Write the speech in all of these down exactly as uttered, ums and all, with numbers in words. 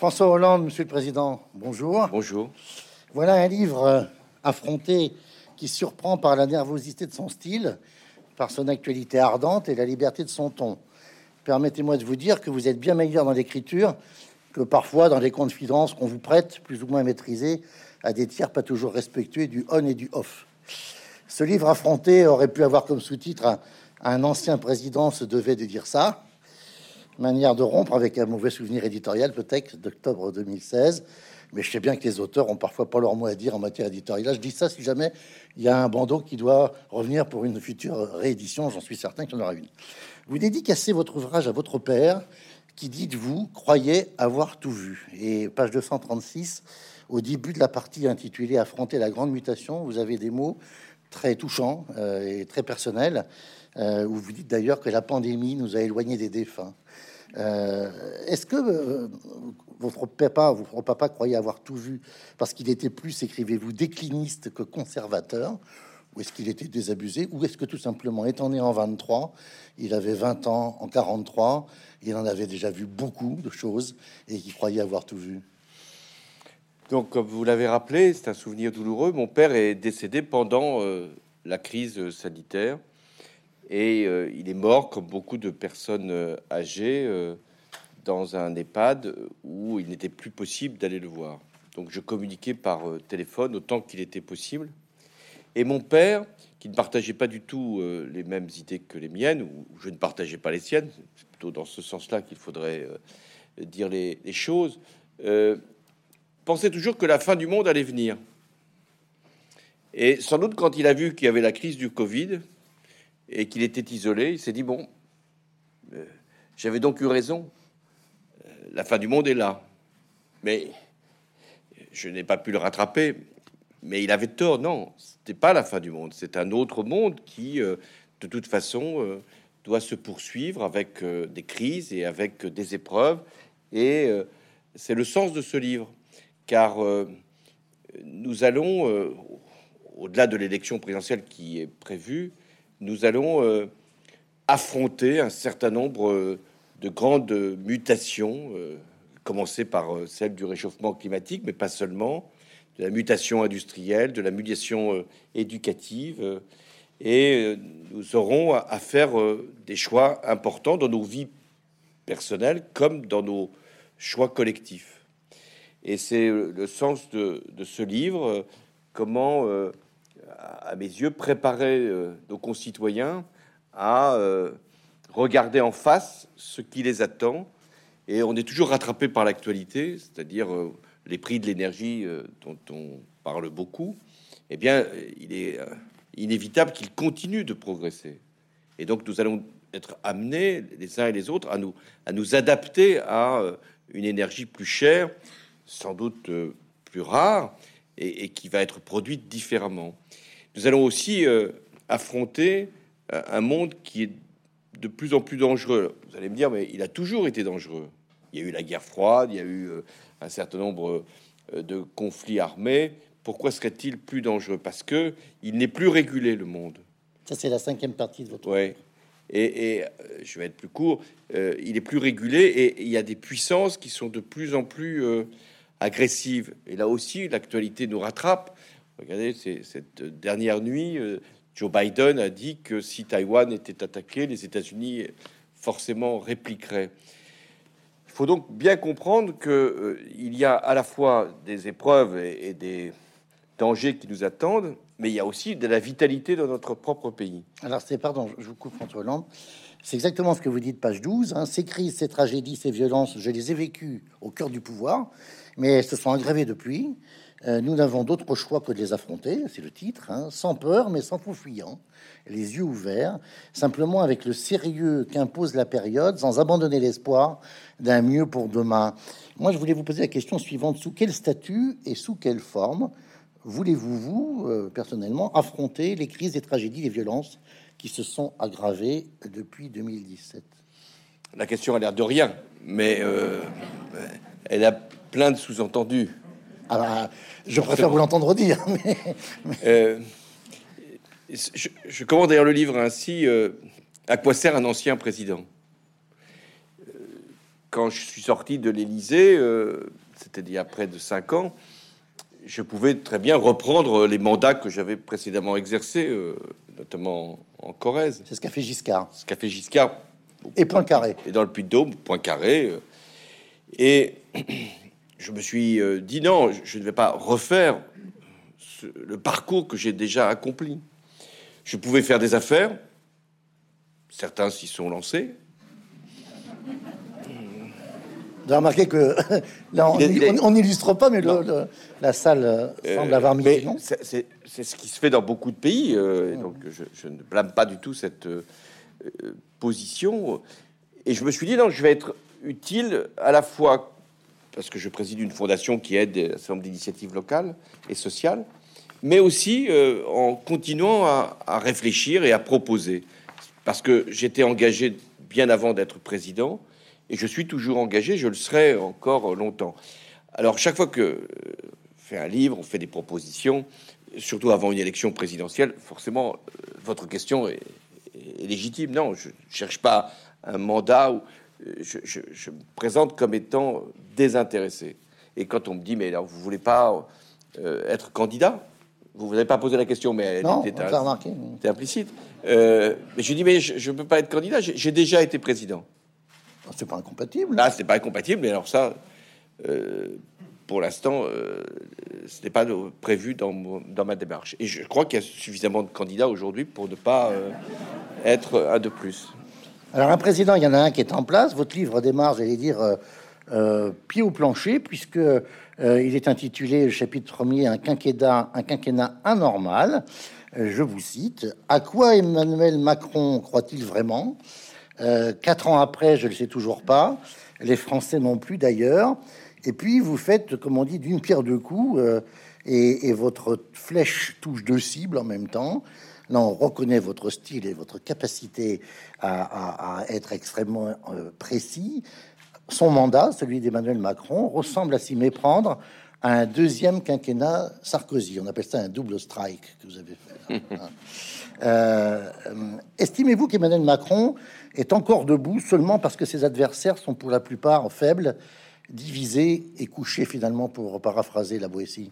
François Hollande, Monsieur le Président, bonjour. Bonjour. Voilà un livre euh, affronté qui surprend par la nervosité de son style, par son actualité ardente et la liberté de son ton. Permettez-moi de vous dire que vous êtes bien meilleur dans l'écriture que parfois dans les confidences qu'on vous prête, plus ou moins maîtrisées, à des tiers pas toujours respectueux du on et du off. Ce livre affronté aurait pu avoir comme sous-titre un, un ancien président se devait de dire ça. Manière de rompre avec un mauvais souvenir éditorial, peut-être d'octobre deux mille seize. Mais je sais bien que les auteurs ont parfois pas leur mot à dire en matière éditoriale. Je dis ça si jamais il y a un bandeau qui doit revenir pour une future réédition. J'en suis certain qu'il y en aura une. Vous dédicacez votre ouvrage à votre père, qui, dites-vous, croyait avoir tout vu. Et page deux cent trente-six, au début de la partie intitulée Affronter la grande mutation, vous avez des mots très touchants euh, et très personnels, euh, où vous dites d'ailleurs que la pandémie nous a éloignés des défunts. Euh, est-ce que euh, votre papa, votre papa croyait avoir tout vu parce qu'il était plus, écrivez-vous, décliniste que conservateur, ou est-ce qu'il était désabusé, ou est-ce que tout simplement, étant né en vingt-trois, il avait vingt ans en quarante-trois, il en avait déjà vu beaucoup de choses et qu'il croyait avoir tout vu? Donc, comme vous l'avez rappelé, c'est un souvenir douloureux. Mon père est décédé pendant euh, la crise sanitaire. Et euh, il est mort, comme beaucoup de personnes euh, âgées, euh, dans un EHPAD où il n'était plus possible d'aller le voir. Donc je communiquais par euh, téléphone autant qu'il était possible. Et mon père, qui ne partageait pas du tout euh, les mêmes idées que les miennes, ou je ne partageais pas les siennes, c'est plutôt dans ce sens-là qu'il faudrait euh, dire les, les choses, euh, pensait toujours que la fin du monde allait venir. Et sans doute quand il a vu qu'il y avait la crise du Covid, et qu'il était isolé, il s'est dit, bon, euh, j'avais donc eu raison, euh, la fin du monde est là. Mais je n'ai pas pu le rattraper, mais il avait tort, non, c'était pas la fin du monde, c'est un autre monde qui, euh, de toute façon, euh, doit se poursuivre avec euh, des crises et avec euh, des épreuves, et euh, c'est le sens de ce livre, car euh, nous allons, euh, au-delà de l'élection présidentielle qui est prévue, nous allons euh, affronter un certain nombre euh, de grandes mutations, euh, commencer par euh, celle du réchauffement climatique, mais pas seulement, de la mutation industrielle, de la mutation euh, éducative, euh, et euh, nous aurons à, à faire euh, des choix importants dans nos vies personnelles comme dans nos choix collectifs. Et c'est le sens de, de ce livre, euh, comment... Euh, à mes yeux, préparer euh, nos concitoyens à euh, regarder en face ce qui les attend. Et on est toujours rattrapé par l'actualité, c'est-à-dire euh, les prix de l'énergie euh, dont on parle beaucoup. Eh bien, il est euh, inévitable qu'ils continuent de progresser. Et donc, nous allons être amenés, les uns et les autres, à nous, à nous adapter à euh, une énergie plus chère, sans doute euh, plus rare, et, et qui va être produite différemment. Nous allons aussi euh, affronter euh, un monde qui est de plus en plus dangereux. Vous allez me dire, mais il a toujours été dangereux. Il y a eu la guerre froide, il y a eu euh, un certain nombre euh, de conflits armés. Pourquoi serait-il plus dangereux? Parce que il n'est plus régulé, le monde. Ça, c'est la cinquième partie de votre... Ouais. Et, et euh, je vais être plus court. Euh, il est plus régulé et il y a des puissances qui sont de plus en plus euh, agressives. Et là aussi, l'actualité nous rattrape. Regardez, c'est cette dernière nuit, euh, Joe Biden a dit que si Taïwan était attaqué, les États-Unis forcément répliqueraient. Il faut donc bien comprendre que euh, il y a à la fois des épreuves et, et des dangers qui nous attendent, mais il y a aussi de la vitalité dans notre propre pays. Alors, c'est, pardon, je vous coupe, François Hollande. C'est exactement ce que vous dites, page douze. Hein. Ces crises, ces tragédies, ces violences, je les ai vécues au cœur du pouvoir, mais elles se sont aggravées depuis. Euh, nous n'avons d'autre choix que de les affronter, c'est le titre, hein, sans peur, mais sans faux fuyant, les yeux ouverts, simplement avec le sérieux qu'impose la période, sans abandonner l'espoir d'un mieux pour demain. Moi, je voulais vous poser la question suivante. Sous quel statut et sous quelle forme voulez-vous, vous, euh, personnellement, affronter les crises, les tragédies, les violences qui se sont aggravées depuis deux mille dix-sept? La question a l'air de rien, mais euh, elle a plein de sous-entendus. Ah bah, je préfère vous l'entendre dire. Mais, mais... Euh, je, je commande d'ailleurs le livre ainsi. Euh, à quoi sert un ancien président? quand je suis sorti de l'Élysée, euh, c'était il y a près de cinq ans, je pouvais très bien reprendre les mandats que j'avais précédemment exercés, euh, notamment en Corrèze. C'est ce qu'a fait Giscard. Ce qu'a fait Giscard. Et Poincaré. Et dans le Puy-de-Dôme, Poincaré. Euh, et je me suis euh, dit non, je ne vais pas refaire ce, le parcours que j'ai déjà accompli. Je pouvais faire des affaires. Certains s'y sont lancés. Vous avez remarqué que là, on n'illustre pas, mais le, le, la salle semble euh, avoir mis. Mais c'est ce qui se fait dans beaucoup de pays. Euh, mmh. Donc, je, je ne blâme pas du tout cette euh, position. Et je me suis dit, non, je vais être utile à la fois parce que je préside une fondation qui aide un certain nombre d'initiatives locales et sociales, mais aussi euh, en continuant à, à réfléchir et à proposer. Parce que j'étais engagé bien avant d'être président. Et je suis toujours engagé, je le serai encore longtemps. Alors, chaque fois que euh, on fait un livre, on fait des propositions, surtout avant une élection présidentielle, forcément, euh, votre question est, est légitime. Non, je ne cherche pas un mandat où euh, je, je, je me présente comme étant désintéressé. Et quand on me dit, mais alors, vous voulez pas euh, être candidat? Vous n'avez pas posé la question, mais elle non, était, remarqué. était implicite. Euh, mais je dis, mais je ne peux pas être candidat, j'ai déjà été président. C'est pas incompatible. Là, c'est pas incompatible, mais alors ça, euh, pour l'instant, euh, ce n'est pas prévu dans, dans ma démarche. Et je crois qu'il y a suffisamment de candidats aujourd'hui pour ne pas euh, être un de plus. Alors, un président, il y en a un qui est en place. Votre livre démarre, j'allais dire, euh, euh, pied au plancher, puisque euh, il est intitulé, le chapitre premier, un quinquennat, un quinquennat anormal. Euh, je vous cite: à quoi Emmanuel Macron croit-il vraiment? Euh, quatre ans après, je ne le sais toujours pas. Les Français non plus, d'ailleurs. Et puis, vous faites, comme on dit, d'une pierre deux coups, euh, et, et votre flèche touche deux cibles en même temps. Là, on reconnaît votre style et votre capacité à, à, à être extrêmement euh, précis. Son mandat, celui d'Emmanuel Macron, ressemble à s'y méprendre à un deuxième quinquennat Sarkozy. On appelle ça un double strike que vous avez fait. Hein. Euh, estimez-vous qu'Emmanuel Macron est encore debout seulement parce que ses adversaires sont pour la plupart faibles, divisés et couchés finalement, pour paraphraser la Boétie?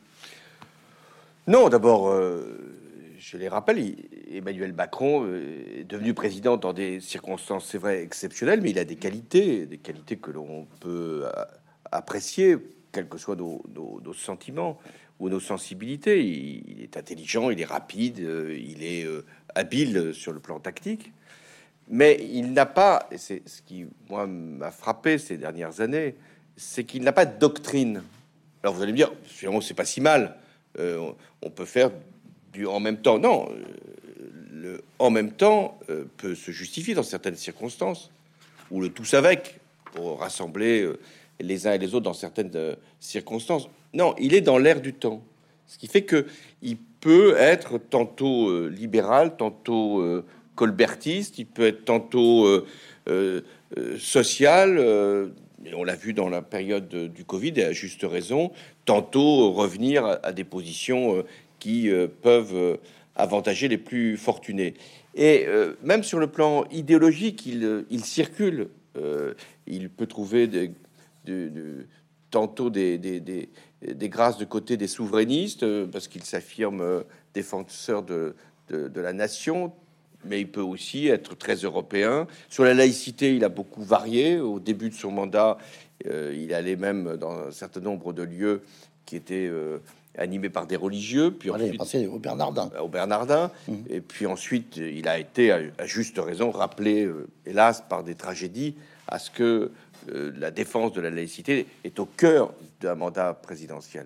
Non, d'abord, euh, je les rappelle, il, Emmanuel Macron est devenu président dans des circonstances, c'est vrai, exceptionnelles, mais il a des qualités, des qualités que l'on peut apprécier, quels que soient nos, nos, nos sentiments ou nos sensibilités. Il, il est intelligent, il est rapide, euh, il est euh, habile sur le plan tactique. Mais il n'a pas, et c'est ce qui, moi, m'a frappé ces dernières années, c'est qu'il n'a pas de doctrine. Alors vous allez me dire, finalement, c'est pas si mal. Euh, on peut faire du en même temps. Non, euh, le en même temps euh, peut se justifier dans certaines circonstances, ou le tous avec, pour rassembler euh, les uns et les autres dans certaines euh, circonstances. Non, il est dans l'air du temps. Ce qui fait que il peut être tantôt euh, libéral, tantôt... Euh, colbertiste, il peut être tantôt euh, euh, social, euh, et on l'a vu dans la période du Covid, et à juste raison, tantôt revenir à, à des positions euh, qui euh, peuvent euh, avantager les plus fortunés. Et euh, même sur le plan idéologique, il, il circule. Euh, il peut trouver des, de, de, tantôt des, des, des, des grâces de côté des souverainistes, euh, parce qu'il s'affirme euh, défenseur de, de, de la nation, mais il peut aussi être très européen. Sur la laïcité, il a beaucoup varié. Au début de son mandat, euh, il allait même dans un certain nombre de lieux qui étaient euh, animés par des religieux. Puis Allez, ensuite, au Bernardin. Au Bernardin. Mmh. Et puis ensuite, il a été, à, à juste raison, rappelé, euh, hélas, par des tragédies, à ce que euh, la défense de la laïcité est au cœur d'un mandat présidentiel.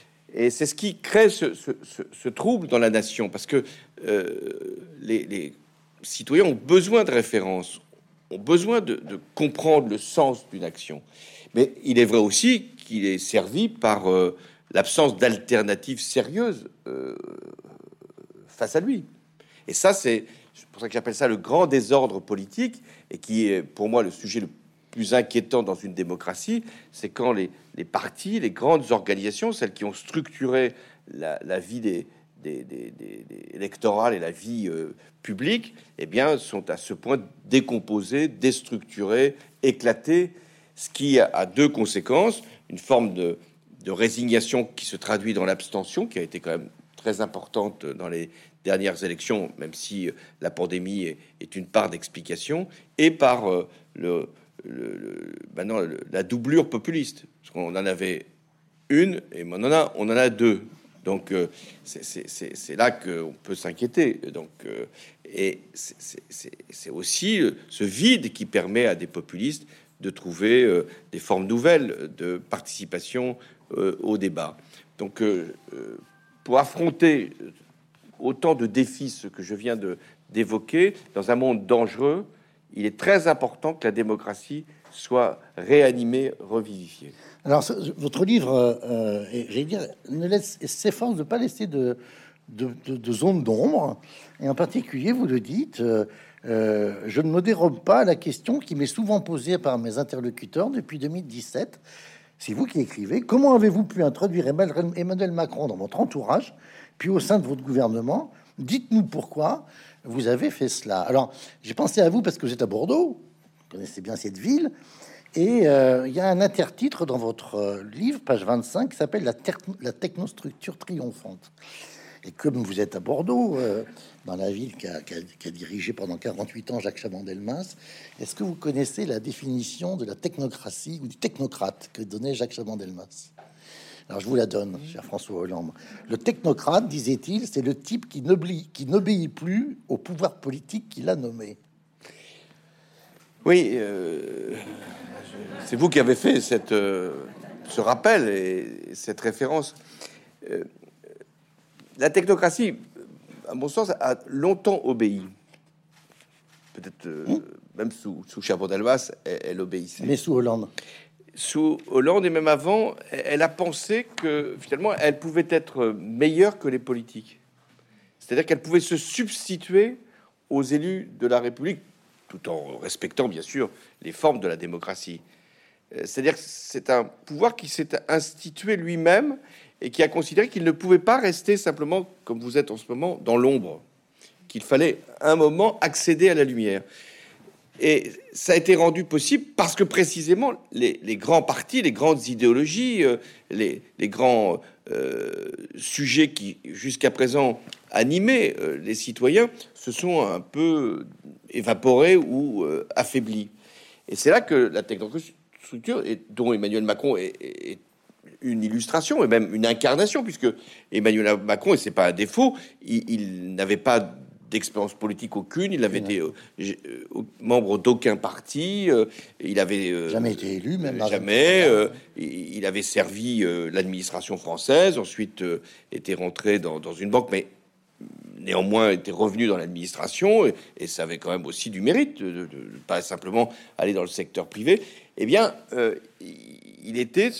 Et c'est ce qui crée ce, ce, ce, ce trouble dans la nation, parce que euh, les, les citoyens ont besoin de références, ont besoin de, de comprendre le sens d'une action. Mais il est vrai aussi qu'il est servi par euh, l'absence d'alternatives sérieuses euh, face à lui. Et ça, c'est pour ça que j'appelle ça le grand désordre politique, et qui est pour moi le sujet le plus inquiétant dans une démocratie, c'est quand les, les partis, les grandes organisations, celles qui ont structuré la, la vie des, des, des, des, des électorales et la vie euh, publique, eh bien, sont à ce point décomposées, déstructurées, éclatées. ce qui a deux conséquences, une forme de, de résignation qui se traduit dans l'abstention, qui a été quand même très importante dans les dernières élections, même si la pandémie est, est une part d'explication, et par euh, le, le, le, maintenant, le, la doublure populiste. Parce qu'on en avait une, et on en a, on en a deux. Donc, euh, c'est là qu'on peut s'inquiéter. Donc, euh, et c'est aussi euh, ce vide qui permet à des populistes de trouver euh, des formes nouvelles de participation euh, au débat. Donc, euh, euh, pour affronter autant de défis, ce que je viens de d'évoquer, dans un monde dangereux, il est très important que la démocratie soit réanimée, revivifiée. Alors, ce, votre livre, euh, j'allais dire, ne laisse s'efforce de pas laisser de, de, de, de zone d'ombre, et en particulier, vous le dites, euh, euh, je ne me dérobe pas à la question qui m'est souvent posée par mes interlocuteurs depuis deux mille dix-sept. C'est vous qui écrivez. Comment avez-vous pu introduire Emmanuel Macron dans votre entourage, puis au sein de votre gouvernement? Dites-nous pourquoi vous avez fait cela. Alors, j'ai pensé à vous parce que vous êtes à Bordeaux, vous connaissez bien cette ville. Et euh, il y a un intertitre dans votre euh, livre, page vingt-cinq, qui s'appelle la, la technostructure triomphante. Et comme vous êtes à Bordeaux, euh, dans la ville qu'a qu qu a dirigé pendant quarante-huit ans Jacques Chaban-Delmas, est-ce que vous connaissez la définition de la technocratie ou du technocrate que donnait Jacques Chaban-Delmas? Alors je vous la donne, cher François Hollande. Le technocrate, disait-il, c'est le type qui n'obéit plus au pouvoir politique qu'il a nommé. Oui, euh, c'est vous qui avez fait cette, euh, ce rappel et cette référence. Euh, la technocratie, à mon sens, a longtemps obéi. Peut-être euh, mmh. même sous, sous Chaban-Delmas, elle, elle obéissait. Mais sous Hollande Sous Hollande et même avant, elle a pensé que finalement, elle pouvait être meilleure que les politiques. C'est-à-dire qu'elle pouvait se substituer aux élus de la République, tout en respectant bien sûr les formes de la démocratie. C'est-à-dire que c'est un pouvoir qui s'est institué lui-même et qui a considéré qu'il ne pouvait pas rester simplement, comme vous êtes en ce moment, dans l'ombre, qu'il fallait un moment accéder à la lumière. Et ça a été rendu possible parce que précisément les, les grands partis, les grandes idéologies, euh, les, les grands euh, sujets qui jusqu'à présent animaient euh, les citoyens se sont un peu évaporés ou euh, affaiblis. Et c'est là que la technostructure, et dont Emmanuel Macron est, est, est une illustration et même une incarnation, puisque Emmanuel Macron, et c'est pas un défaut, il, il n'avait pas d'expérience politique aucune, il avait été euh, euh, membre d'aucun parti, euh, il avait euh, jamais été élu, même jamais. Euh, il avait servi euh, l'administration française, ensuite euh, était rentré dans, dans une banque, mais néanmoins était revenu dans l'administration et, et ça avait quand même aussi du mérite de, de, de pas simplement aller dans le secteur privé. Eh bien, euh, il était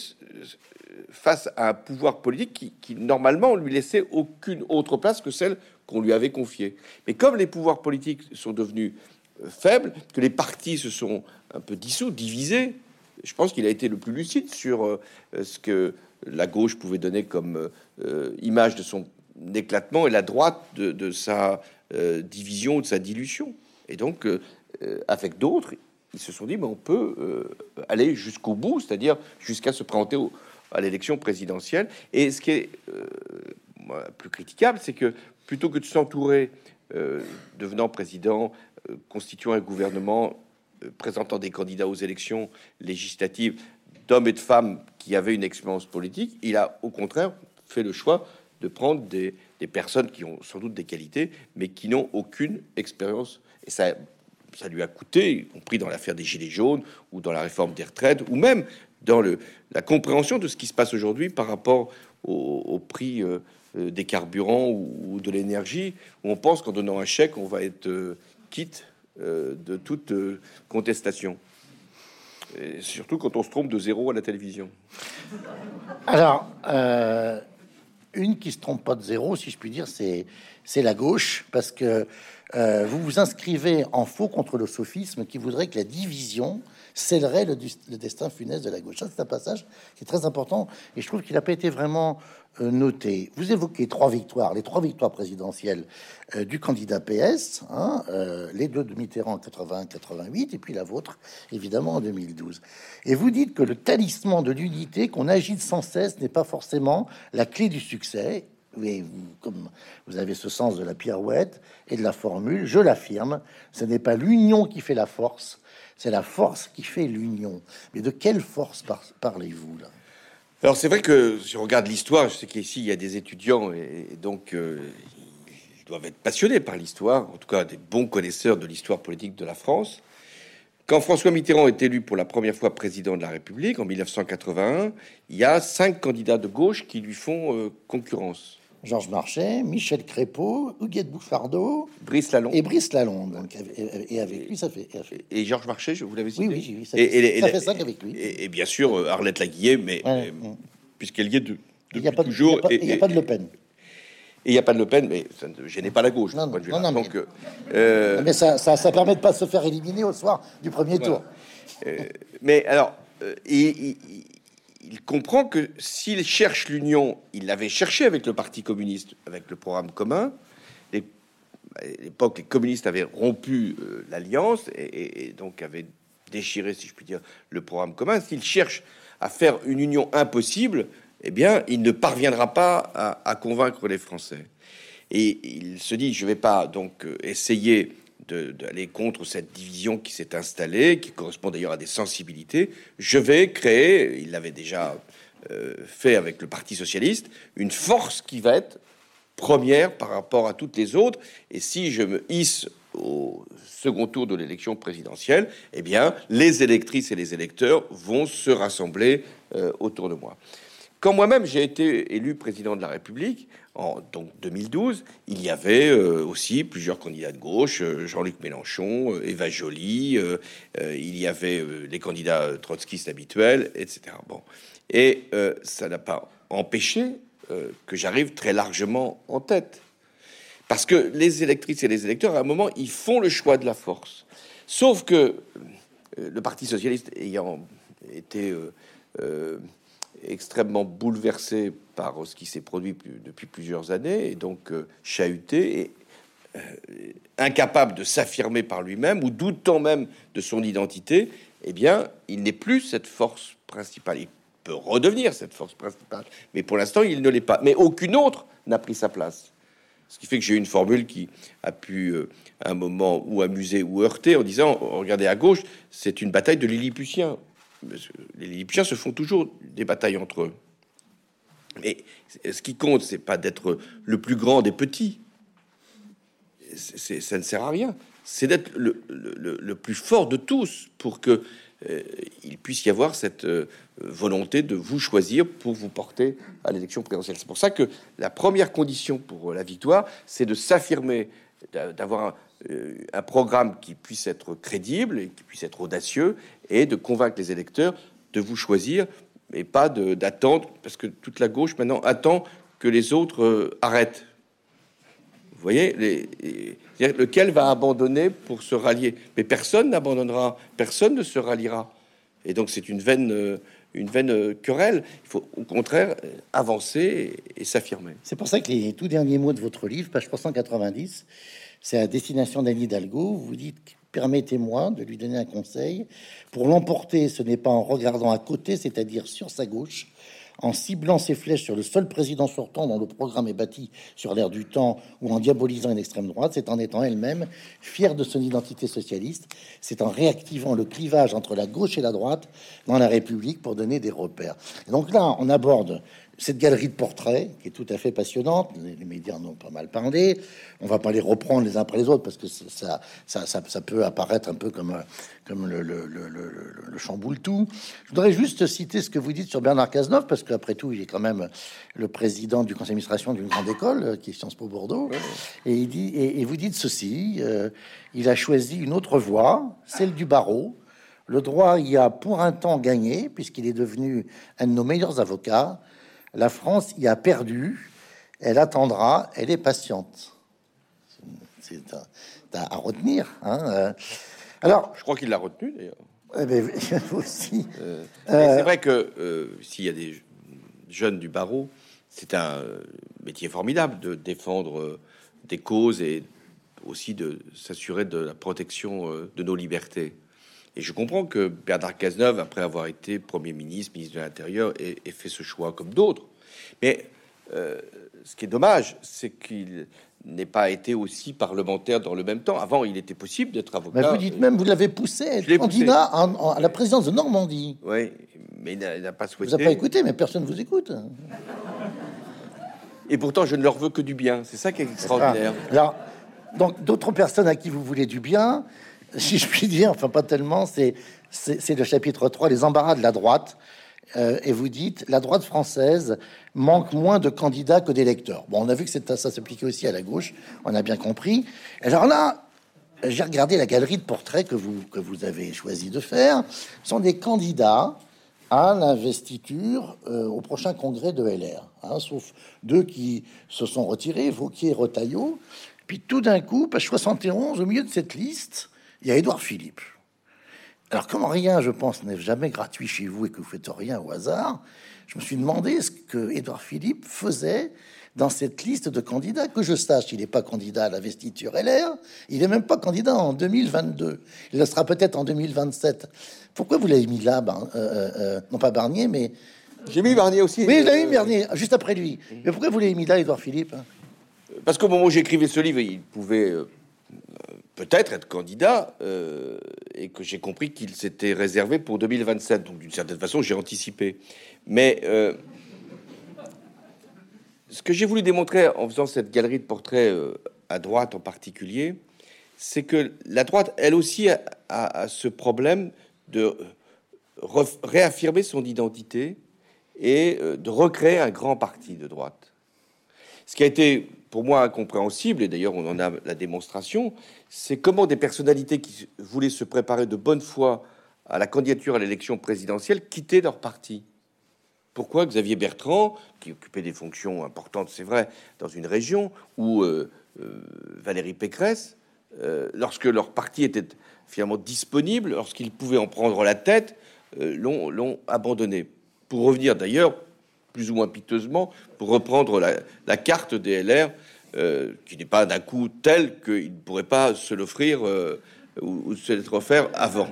face à un pouvoir politique qui, qui normalement lui laissait aucune autre place que celle qu'on lui avait confiée. Mais comme les pouvoirs politiques sont devenus faibles, que les partis se sont un peu dissous, divisés, je pense qu'il a été le plus lucide sur euh, ce que la gauche pouvait donner comme euh, image de son éclatement et la droite de, de sa euh, division, de sa dilution. Et donc, euh, avec d'autres, ils se sont dit, mais on peut euh, aller jusqu'au bout, c'est-à-dire jusqu'à se présenter au, à l'élection présidentielle. Et ce qui est euh, moi, plus critiquable, c'est que plutôt que de s'entourer, euh, devenant président, euh, constituant un gouvernement, euh, présentant des candidats aux élections législatives, d'hommes et de femmes qui avaient une expérience politique, il a au contraire fait le choix de prendre des, des personnes qui ont sans doute des qualités, mais qui n'ont aucune expérience. Et ça, ça lui a coûté, y compris dans l'affaire des Gilets jaunes, ou dans la réforme des retraites, ou même dans le, la compréhension de ce qui se passe aujourd'hui par rapport au, au prix euh, des carburants ou, ou de l'énergie, où on pense qu'en donnant un chèque, on va être euh, quitte euh, de toute euh, contestation. Et surtout quand on se trompe de zéro à la télévision. Alors, euh, une qui se trompe pas de zéro, si je puis dire, c'est c'est la gauche, parce que euh, vous vous inscrivez en faux contre le sophisme qui voudrait que la division scellerait le, le destin funeste de la gauche. Ça, c'est un passage qui est très important et je trouve qu'il n'a pas été vraiment euh, noté. Vous évoquez trois victoires, les trois victoires présidentielles euh, du candidat P S, hein, euh, les deux de Mitterrand en quatre-vingt-un quatre-vingt-huit et puis la vôtre, évidemment, en deux mille douze. Et vous dites que le talisman de l'unité qu'on agite sans cesse n'est pas forcément la clé du succès. Oui, vous, comme vous avez ce sens de la pirouette et de la formule, je l'affirme, ce n'est pas l'union qui fait la force, c'est la force qui fait l'union. Mais de quelle force par parlez-vous là? Alors c'est vrai que si on regarde l'histoire, je sais qu'ici il y a des étudiants et, et donc euh, ils doivent être passionnés par l'histoire, en tout cas des bons connaisseurs de l'histoire politique de la France. Quand François Mitterrand est élu pour la première fois président de la République en mille neuf cent quatre-vingt-un, il y a cinq candidats de gauche qui lui font euh, concurrence. Georges Marchais, Michel Crépeau, Huguette Bouffardeau, Brice Lalonde. Et Brice Lalonde. Donc, et, et avec lui, ça fait... Et Georges Marchais, je vous l'avais cité. Oui, oui, oui, ça, et, fait, et, ça et, fait cinq avec lui. Et, et bien sûr, euh, Arlette Laguillet, mais, ouais, mais ouais. puisqu'elle y est de, depuis il toujours. Il n'y a, a, a, pas de Le Pen. Et il n'y a pas de Le Pen, mais ça ne gênait pas la gauche. Non, non, non, non, donc, mais, euh, mais ça, ça, ça permet de pas se faire éliminer au soir du premier voilà. tour. Euh, mais alors, euh, il, il, il comprend que s'il cherche l'union, il l'avait cherché avec le Parti communiste, avec le programme commun. Les, à l'époque, les communistes avaient rompu euh, l'alliance et, et, et donc avaient déchiré, si je puis dire, le programme commun. S'il cherche à faire une union impossible, eh bien, il ne parviendra pas à, à convaincre les Français. Et il se dit, je ne vais pas donc euh, essayer d'aller contre cette division qui s'est installée, qui correspond d'ailleurs à des sensibilités. Je vais créer, il l'avait déjà euh, fait avec le Parti socialiste, une force qui va être première par rapport à toutes les autres. Et si je me hisse au second tour de l'élection présidentielle, eh bien, les électrices et les électeurs vont se rassembler euh, autour de moi. Quand moi-même j'ai été élu président de la République, en donc deux mille douze, il y avait euh, aussi plusieurs candidats de gauche, euh, Jean-Luc Mélenchon, euh, Eva Joly, euh, euh, il y avait euh, les candidats trotskistes habituels, et cetera. Bon, et euh, ça n'a pas empêché euh, que j'arrive très largement en tête, parce que les électrices et les électeurs, à un moment, ils font le choix de la force. Sauf que euh, le Parti socialiste ayant été euh, euh, extrêmement bouleversé par ce qui s'est produit depuis plusieurs années et donc euh, chahuté et euh, incapable de s'affirmer par lui-même ou doutant même de son identité, eh bien, il n'est plus cette force principale. Il peut redevenir cette force principale, mais pour l'instant, il ne l'est pas. Mais aucune autre n'a pris sa place. Ce qui fait que j'ai une formule qui a pu, euh, à un moment, ou amuser ou heurter en disant, regardez à gauche, c'est une bataille de Lilliputiens. Les Lilliputiens se font toujours des batailles entre eux. Mais ce qui compte, c'est pas d'être le plus grand des petits. C'est, ça ne sert à rien. C'est d'être le, le, le plus fort de tous pour que euh, il puisse y avoir cette euh, volonté de vous choisir pour vous porter à l'élection présidentielle. C'est pour ça que la première condition pour la victoire, c'est de s'affirmer, d'avoir un, euh, un programme qui puisse être crédible et qui puisse être audacieux et de convaincre les électeurs de vous choisir et pas de, d'attendre, parce que toute la gauche maintenant attend que les autres euh, arrêtent. Vous voyez, les, les, lequel va abandonner pour se rallier? Mais personne n'abandonnera, personne ne se ralliera. Et donc c'est une vaine, euh, une vaine euh, querelle. Il faut au contraire avancer et, et s'affirmer. C'est pour ça que les tout derniers mots de votre livre, page trois cent quatre-vingt-dix, c'est à destination d'Anne Hidalgo. Vous dites: permettez-moi de lui donner un conseil. Pour l'emporter, ce n'est pas en regardant à côté, c'est-à-dire sur sa gauche, en ciblant ses flèches sur le seul président sortant dont le programme est bâti sur l'air du temps, ou en diabolisant une extrême droite. C'est en étant elle-même fière de son identité socialiste. C'est en réactivant le clivage entre la gauche et la droite dans la République pour donner des repères. Et donc là, on aborde cette galerie de portraits qui est tout à fait passionnante. Les, les médias en ont pas mal parlé. On va pas les reprendre les uns après les autres parce que ça, ça, ça, ça peut apparaître un peu comme, comme le, le, le, le, le chamboule-tout. Je voudrais juste citer ce que vous dites sur Bernard Cazeneuve, parce qu'après tout, il est quand même le président du conseil d'administration d'une grande école qui est Sciences Po Bordeaux. Et il dit, et, et vous dites ceci: euh, il a choisi une autre voie, celle du barreau. Le droit y a pour un temps gagné, puisqu'il est devenu un de nos meilleurs avocats. La France y a perdu, elle attendra, elle est patiente. C'est à, à retenir. Hein. Alors, je crois qu'il l'a retenu d'ailleurs. Eh ben, vous aussi. Euh, Euh, C'est vrai que euh, s'il y a des jeunes du barreau, c'est un euh, métier formidable de défendre euh, des causes et aussi de s'assurer de la protection euh, de nos libertés. Et je comprends que Bernard Cazeneuve, après avoir été Premier ministre, ministre de l'Intérieur, ait, ait fait ce choix comme d'autres. Mais euh, ce qui est dommage, c'est qu'il n'ait pas été aussi parlementaire dans le même temps. Avant, il était possible d'être avocat. Mais vous dites même, vous l'avez poussé à Je être l'ai candidat en- en- à la présidence de Normandie. Oui, mais il n'a il n'a pas Vous souhaité. n'avez pas écouté, mais personne vous écoute. Et pourtant, je ne leur veux que du bien. C'est ça qui est extraordinaire. Ah, alors, donc, d'autres personnes à qui vous voulez du bien, si je puis dire, enfin pas tellement, c'est c'est c'est le chapitre trois, les embarras de la droite. Euh, et vous dites, la droite française manque moins de candidats que d'électeurs. Bon, on a vu que c'est- ça s'appliquait aussi à la gauche, on a bien compris. Alors là, j'ai regardé la galerie de portraits que vous, que vous avez choisi de faire. Ce sont des candidats à l'investiture euh, au prochain congrès de L R, hein, sauf deux qui se sont retirés, Wauquiez et Retailleau. Puis tout d'un coup, page soixante et onze, au milieu de cette liste, il y a Édouard Philippe. Alors, comme rien, je pense, n'est jamais gratuit chez vous et que vous faites rien au hasard, je me suis demandé ce que Édouard Philippe faisait dans cette liste de candidats. Que je sache, il n'est pas candidat à l'investiture L R, il n'est même pas candidat en deux mille vingt-deux. Il le sera peut-être en deux mille vingt-sept. Pourquoi vous l'avez mis là, Bar- euh, euh, non pas Barnier, mais... J'ai mis Barnier aussi. Oui, vous l'avez mis Barnier, juste après lui. Mais pourquoi vous l'avez mis là, Édouard Philippe? Parce qu'au moment où j'écrivais ce livre, il pouvait euh, peut-être être candidat, euh, et que j'ai compris qu'il s'était réservé pour deux mille vingt-sept. Donc, d'une certaine façon, j'ai anticipé. Mais euh, ce que j'ai voulu démontrer en faisant cette galerie de portraits euh, à droite en particulier, c'est que la droite, elle aussi, a, a- a ce problème de ref- réaffirmer son identité et euh, de recréer un grand parti de droite. Ce qui a été pour moi incompréhensible, et d'ailleurs on en a la démonstration, c'est comment des personnalités qui voulaient se préparer de bonne foi à la candidature à l'élection présidentielle quittaient leur parti. Pourquoi Xavier Bertrand, qui occupait des fonctions importantes, c'est vrai, dans une région, ou euh, euh, Valérie Pécresse, euh, lorsque leur parti était finalement disponible, lorsqu'ils pouvaient en prendre la tête, euh, l'ont, l'ont abandonné. Pour revenir d'ailleurs, plus ou moins piteusement, pour reprendre la, la carte des L R, euh, qui n'est pas d'un coup telle qu'il ne pourrait pas se l'offrir euh, ou, ou se l'être offert avant.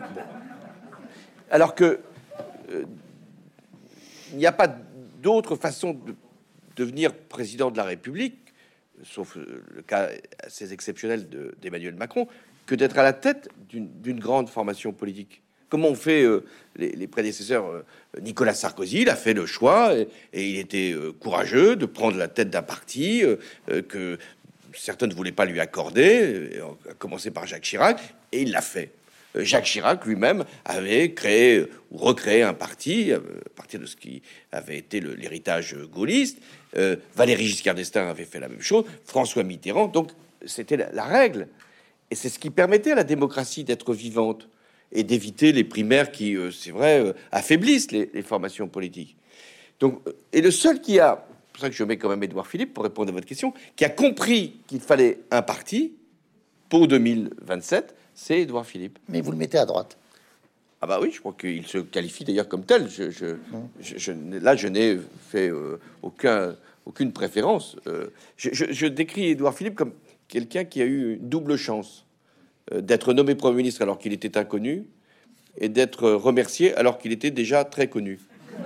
Alors que euh, il n'y a pas d'autre façon de devenir président de la République, sauf le cas assez exceptionnel de, d'Emmanuel Macron, que d'être à la tête d'une, d'une grande formation politique. Comment on fait euh, les, les prédécesseurs euh, Nicolas Sarkozy, il a fait le choix et, et il était euh, courageux de prendre la tête d'un parti euh, euh, que certains ne voulaient pas lui accorder, euh, à commencer par Jacques Chirac, et il l'a fait. Euh, Jacques Chirac lui-même avait créé euh, ou recréé un parti euh, à partir de ce qui avait été le, l'héritage gaulliste. Euh, Valéry Giscard d'Estaing avait fait la même chose. François Mitterrand. Donc c'était la, la règle, et c'est ce qui permettait à la démocratie d'être vivante et d'éviter les primaires qui, euh, c'est vrai, euh, affaiblissent les, les formations politiques. Donc, euh, et le seul qui a, c'est pour ça que je mets quand même Édouard Philippe pour répondre à votre question, qui a compris qu'il fallait un parti pour deux mille vingt-sept, c'est Édouard Philippe. Mais vous le mettez à droite. Ah bah oui, je crois qu'il se qualifie d'ailleurs comme tel. Je, je, je, je- là, je n'ai fait euh, aucun, aucune préférence. Euh, je, je- je décris Édouard Philippe comme quelqu'un qui a eu une double chance euh, d'être nommé Premier ministre alors qu'il était inconnu et d'être remercié alors qu'il était déjà très connu.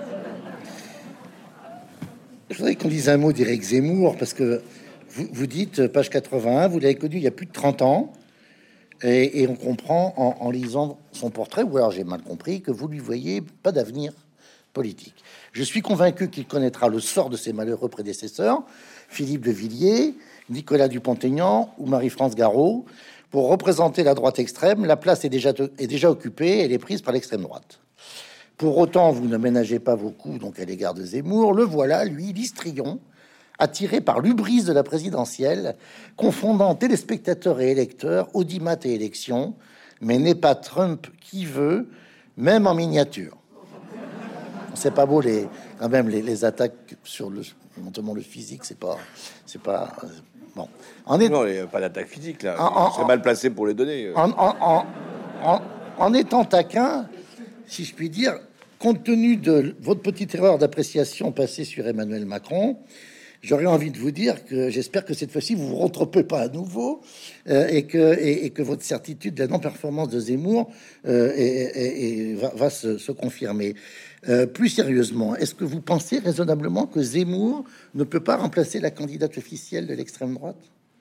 Je voudrais qu'on dise un mot d'Éric Zemmour, parce que vous, vous dites, euh, page quatre-vingt-un, vous l'avez connu il y a plus de trente ans, et, et on comprend en, en lisant son portrait, ou alors j'ai mal compris, que vous lui voyez pas d'avenir politique. Je suis convaincu qu'il connaîtra le sort de ses malheureux prédécesseurs, Philippe de Villiers, Nicolas Dupont-Aignan ou Marie-France Garot. Pour représenter la droite extrême, la place est déjà, est déjà occupée, elle est prise par l'extrême droite. Pour autant, vous ne ménagez pas vos coups donc à l'égard de Zemmour. Le voilà, lui, l'histrion, attiré par l'hubris de la présidentielle, confondant téléspectateurs et électeurs, audimat et élections, mais n'est pas Trump qui veut, même en miniature. C'est pas beau, les, quand même, les, les attaques sur le, notamment le physique, c'est pas, c'est pas, euh, bon. En est, Non, il n'y a pas d'attaque physique là. En- en- Il serait mal placé pour les donner. euh. en, en, en, en, en étant taquin, si je puis dire, compte tenu de votre petite erreur d'appréciation passée sur Emmanuel Macron, j'aurais envie de vous dire que j'espère que cette fois-ci, vous ne vous retrompez pas à nouveau euh, et, que, et, et que votre certitude de la non-performance de Zemmour euh, et, et, et va, va se, se confirmer. Euh, plus sérieusement, est-ce que vous pensez raisonnablement que Zemmour ne peut pas remplacer la candidate officielle de l'extrême droite?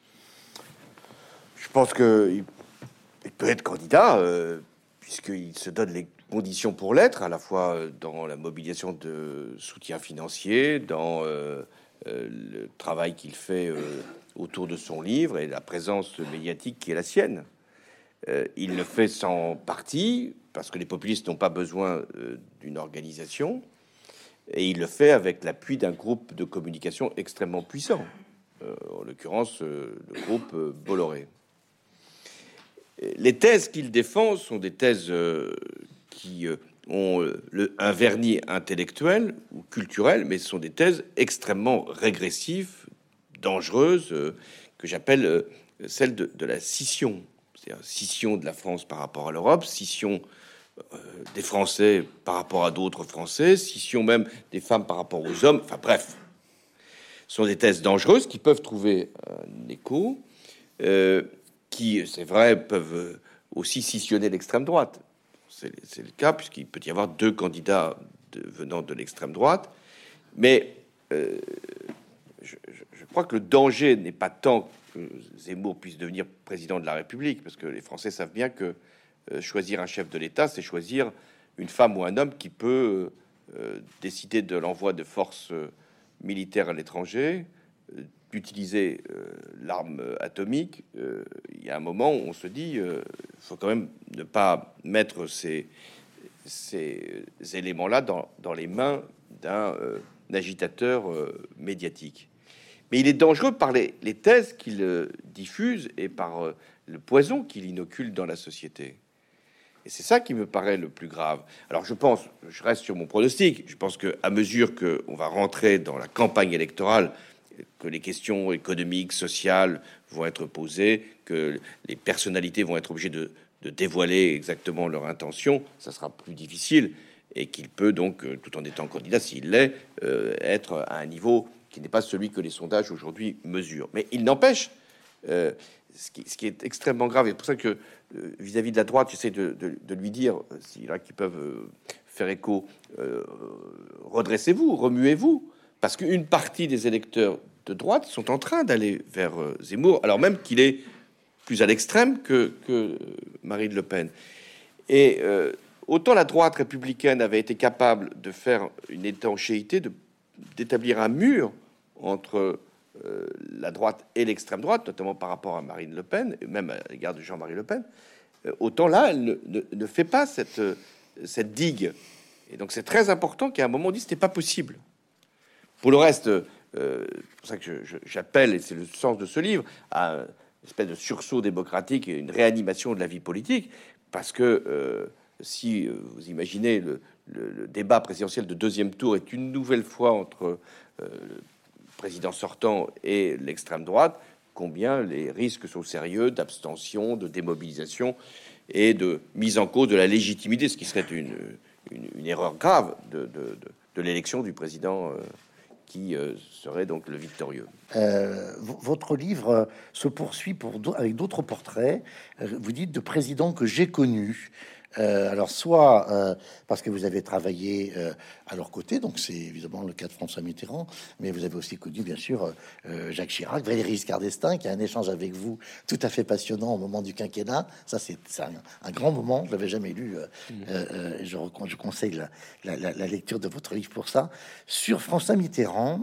Je pense qu'il il peut être candidat, euh, puisqu'il se donne les conditions pour l'être, à la fois dans la mobilisation de soutien financier, dans euh, euh, le travail qu'il fait euh, autour de son livre et la présence médiatique qui est la sienne. Euh, il le fait sans parti, parce que les populistes n'ont pas besoin euh, d'une organisation, et il le fait avec l'appui d'un groupe de communication extrêmement puissant, euh, en l'occurrence euh, le groupe euh, Bolloré. Les thèses qu'il défend sont des thèses euh, qui euh, ont euh, le, un vernis intellectuel ou culturel, mais ce sont des thèses extrêmement régressives, dangereuses, euh, que j'appelle euh, celles de, de la scission. C'est-à-dire scission de la France par rapport à l'Europe, scission euh, des Français par rapport à d'autres Français, scission même des femmes par rapport aux hommes. Enfin bref, ce sont des thèses dangereuses qui peuvent trouver un écho. Euh, qui, c'est vrai, peuvent aussi scissionner l'extrême droite. C'est, c'est le cas, puisqu'il peut y avoir deux candidats de, venant de l'extrême droite. Mais euh, je, je crois que le danger n'est pas tant que Zemmour puisse devenir président de la République, parce que les Français savent bien que euh, choisir un chef de l'État, c'est choisir une femme ou un homme qui peut euh, décider de l'envoi de forces euh, militaires à l'étranger, euh, d'utiliser euh, l'arme atomique. Euh, il y a un moment où on se dit, il euh, faut quand même ne pas mettre ces, ces éléments-là dans, dans les mains d'un euh, agitateur euh, médiatique. Mais il est dangereux par les, les thèses qu'il euh, diffuse et par euh, le poison qu'il inocule dans la société. Et c'est ça qui me paraît le plus grave. Alors je pense, je reste sur mon pronostic, je pense qu'à mesure qu'on va rentrer dans la campagne électorale, que les questions économiques, sociales vont être posées, que les personnalités vont être obligées de, de dévoiler exactement leur intention, ça sera plus difficile, et qu'il peut donc, tout en étant candidat, s'il l'est, euh, être à un niveau qui n'est pas celui que les sondages aujourd'hui mesurent. Mais il n'empêche, euh, ce, qui, ce qui est extrêmement grave, et c'est pour ça que euh, vis-à-vis de la droite, j'essaie de, de, de lui dire, s'il y en a qui peuvent euh, faire écho, euh, redressez-vous, remuez-vous, parce qu'une partie des électeurs de droite sont en train d'aller vers euh, Zemmour, alors même qu'il est plus à l'extrême que, que Marine Le Pen. Et euh, autant la droite républicaine avait été capable de faire une étanchéité, de, d'établir un mur entre euh, la droite et l'extrême droite, notamment par rapport à Marine Le Pen, et même à l'égard de Jean-Marie Le Pen, euh, autant là, elle ne, ne, ne fait pas cette, euh, cette digue. Et donc c'est très important qu'à un moment on dise c'était pas possible. Pour le reste, euh, c'est pour ça que je, je, j'appelle, et c'est le sens de ce livre, à une espèce de sursaut démocratique et une réanimation de la vie politique, parce que euh, si euh, vous imaginez le, le, le débat présidentiel de deuxième tour est une nouvelle fois entre euh, le président sortant et l'extrême droite, combien les risques sont sérieux d'abstention, de démobilisation et de mise en cause de la légitimité, ce qui serait une, une, une erreur grave de, de, de, de l'élection du président euh, qui euh, serait donc le victorieux. Euh, votre livre se poursuit pour avec d'autres portraits. Vous dites de présidents que j'ai connus. Euh, alors soit euh, parce que vous avez travaillé euh, à leur côté, donc c'est évidemment le cas de François Mitterrand, mais vous avez aussi connu bien sûr euh, Jacques Chirac, Valéry Giscard d'Estaing, qui a un échange avec vous tout à fait passionnant au moment du quinquennat. Ça c'est, c'est un, un grand moment, je l'avais jamais lu. Euh, mmh. euh, je, je conseille la, la, la, la lecture de votre livre pour ça. Sur François Mitterrand,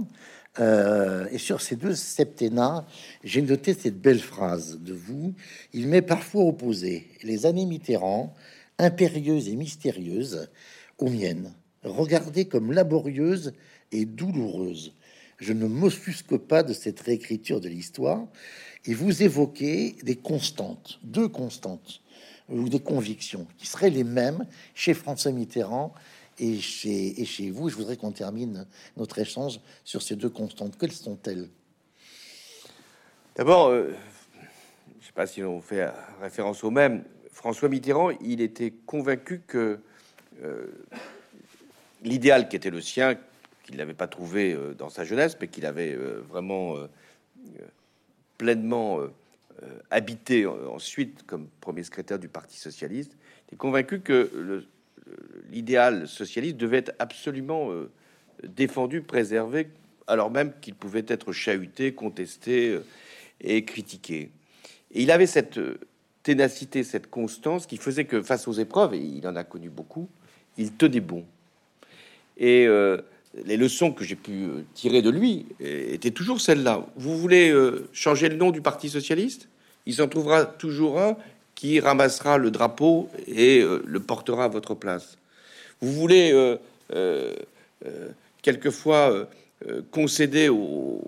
Euh, et sur ces deux septennats, j'ai noté cette belle phrase de vous. Il m'est parfois opposé les années Mitterrand, impérieuses et mystérieuses, aux miennes, regardées comme laborieuses et douloureuses. Je ne m'offusque pas de cette réécriture de l'histoire, et vous évoquez des constantes, deux constantes, ou des convictions, qui seraient les mêmes chez François Mitterrand Et chez, et chez vous. Je voudrais qu'on termine notre échange sur ces deux constantes. Quelles sont-elles? D'abord, euh, je ne sais pas si on fait référence au même. François Mitterrand, il était convaincu que euh, l'idéal qui était le sien, qu'il n'avait pas trouvé euh, dans sa jeunesse, mais qu'il avait euh, vraiment euh, pleinement euh, habité ensuite comme premier secrétaire du Parti socialiste, il est convaincu que le, l'idéal socialiste devait être absolument euh, défendu, préservé, alors même qu'il pouvait être chahuté, contesté euh, et critiqué. Et il avait cette euh, ténacité, cette constance qui faisait que face aux épreuves, et il en a connu beaucoup, il tenait bon. Et euh, les leçons que j'ai pu tirer de lui étaient toujours celles-là. Vous voulez euh, changer le nom du Parti socialiste? Il s'en trouvera toujours un qui ramassera le drapeau et euh, le portera à votre place. Vous voulez euh, euh, euh, quelquefois euh, euh, concéder aux,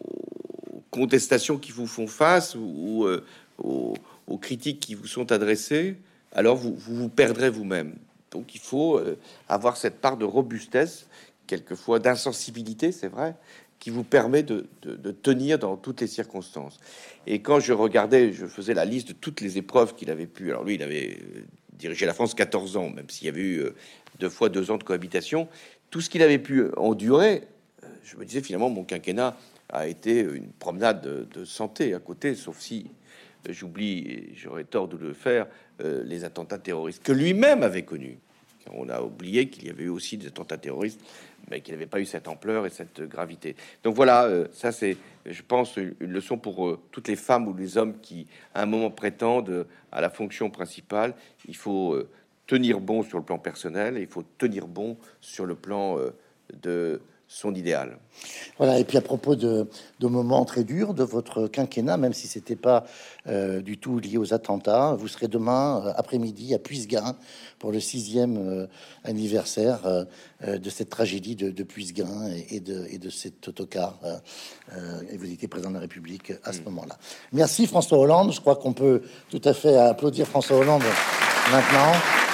aux contestations qui vous font face ou euh, aux, aux critiques qui vous sont adressées, alors vous vous, vous perdrez vous-même. Donc il faut euh, avoir cette part de robustesse, quelquefois d'insensibilité, c'est vrai, qui vous permet de, de, de tenir dans toutes les circonstances. Et quand je regardais, je faisais la liste de toutes les épreuves qu'il avait pu. Alors lui, il avait dirigé la France quatorze ans, même s'il y avait eu euh, deux fois deux ans de cohabitation. Tout ce qu'il avait pu endurer, je me disais finalement, mon quinquennat a été une promenade de, de santé à côté, sauf si euh, j'oublie, et j'aurais tort de le faire, euh, les attentats terroristes que lui-même avait connus. On a oublié qu'il y avait eu aussi des attentats terroristes, mais qu'il n'avait pas eu cette ampleur et cette gravité. Donc voilà, euh, ça c'est, je pense, une leçon pour euh, toutes les femmes ou les hommes qui, à un moment, prétendent à la fonction principale. Il faut euh, tenir bon sur le plan personnel et il faut tenir bon sur le plan euh, de son idéal. Voilà, et puis à propos de, de moments très durs de votre quinquennat, même si c'était pas euh, du tout lié aux attentats, vous serez demain euh, après-midi à Puisseguin pour le sixième euh, anniversaire euh, euh, de cette tragédie de, de Puisseguin et, et, de, et de cet autocar. Euh, euh, et vous étiez président de la République à ce mmh. moment-là. Merci François Hollande. Je crois qu'on peut tout à fait applaudir François Hollande maintenant.